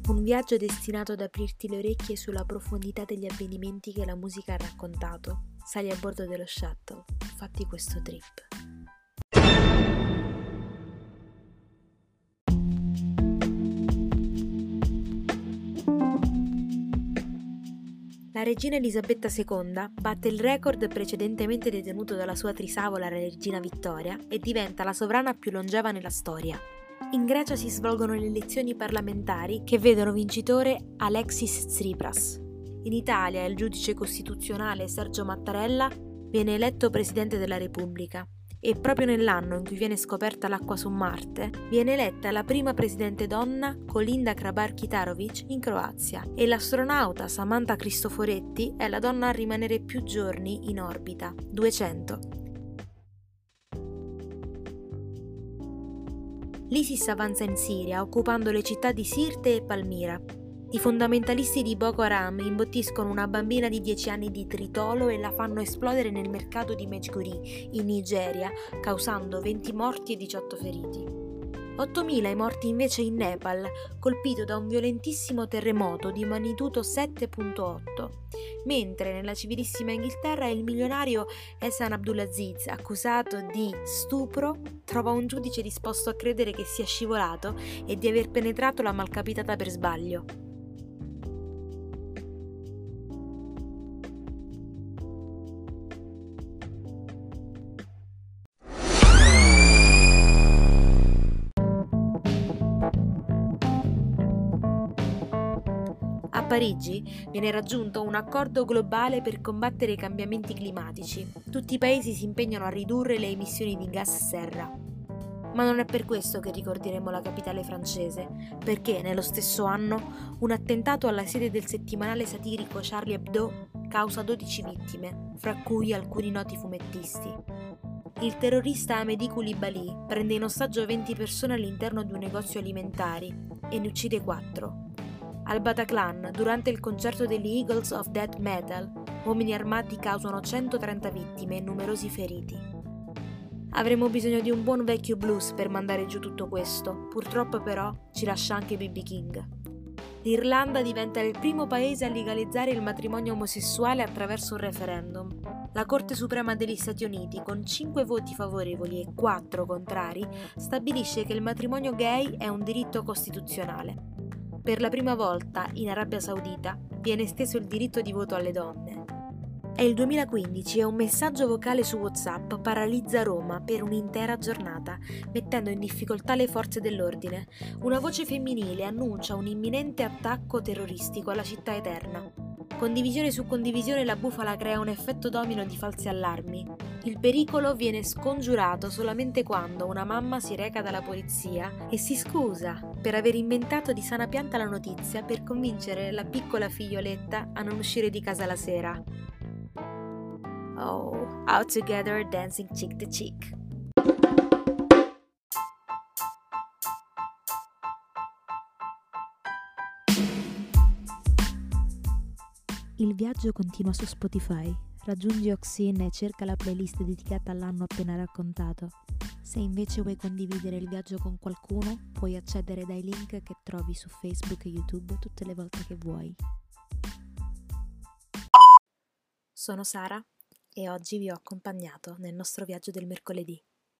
Un viaggio destinato ad aprirti le orecchie sulla profondità degli avvenimenti che la musica ha raccontato. Sali a bordo dello shuttle, fatti questo trip. La regina Elisabetta II batte il record precedentemente detenuto dalla sua trisavola regina Vittoria e diventa la sovrana più longeva nella storia. In Grecia si svolgono le elezioni parlamentari che vedono vincitore Alexis Tsipras. In Italia il giudice costituzionale Sergio Mattarella viene eletto Presidente della Repubblica e proprio nell'anno in cui viene scoperta l'acqua su Marte viene eletta la prima presidente donna Kolinda Grabar-Kitarović in Croazia e l'astronauta Samantha Cristoforetti è la donna a rimanere più giorni in orbita, 200. L'ISIS avanza in Siria, occupando le città di Sirte e Palmira. I fondamentalisti di Boko Haram imbottiscono una bambina di 10 anni di tritolo e la fanno esplodere nel mercato di Maiduguri, in Nigeria, causando 20 morti e 18 feriti. 8.000 i morti invece in Nepal, colpito da un violentissimo terremoto di magnitudo 7.8, mentre nella civilissima Inghilterra il milionario Ehsan Abdulaziz, accusato di stupro, trova un giudice disposto a credere che sia scivolato e di aver penetrato la malcapitata per sbaglio. A Parigi viene raggiunto un accordo globale per combattere i cambiamenti climatici. Tutti i paesi si impegnano a ridurre le emissioni di gas serra. Ma non è per questo che ricorderemo la capitale francese, perché nello stesso anno un attentato alla sede del settimanale satirico Charlie Hebdo causa 12 vittime, fra cui alcuni noti fumettisti. Il terrorista Amédi Coulibaly prende in ostaggio 20 persone all'interno di un negozio alimentari e ne uccide 4. Al Bataclan, durante il concerto degli Eagles of Death Metal, uomini armati causano 130 vittime e numerosi feriti. Avremo bisogno di un buon vecchio blues per mandare giù tutto questo, purtroppo però ci lascia anche B.B. King. L'Irlanda diventa il primo paese a legalizzare il matrimonio omosessuale attraverso un referendum. La Corte Suprema degli Stati Uniti, con 5 voti favorevoli e 4 contrari, stabilisce che il matrimonio gay è un diritto costituzionale. Per la prima volta, in Arabia Saudita, viene esteso il diritto di voto alle donne. È il 2015 e un messaggio vocale su WhatsApp paralizza Roma per un'intera giornata, mettendo in difficoltà le forze dell'ordine. Una voce femminile annuncia un imminente attacco terroristico alla città eterna. Condivisione su condivisione, la bufala crea un effetto domino di falsi allarmi. Il pericolo viene scongiurato solamente quando una mamma si reca dalla polizia e si scusa per aver inventato di sana pianta la notizia per convincere la piccola figlioletta a non uscire di casa la sera. Oh, out together dancing cheek to cheek. Il viaggio continua su Spotify. Raggiungi Oxin e cerca la playlist dedicata all'anno appena raccontato. Se invece vuoi condividere il viaggio con qualcuno, puoi accedere dai link che trovi su Facebook e YouTube tutte le volte che vuoi. Sono Sara e oggi vi ho accompagnato nel nostro viaggio del mercoledì.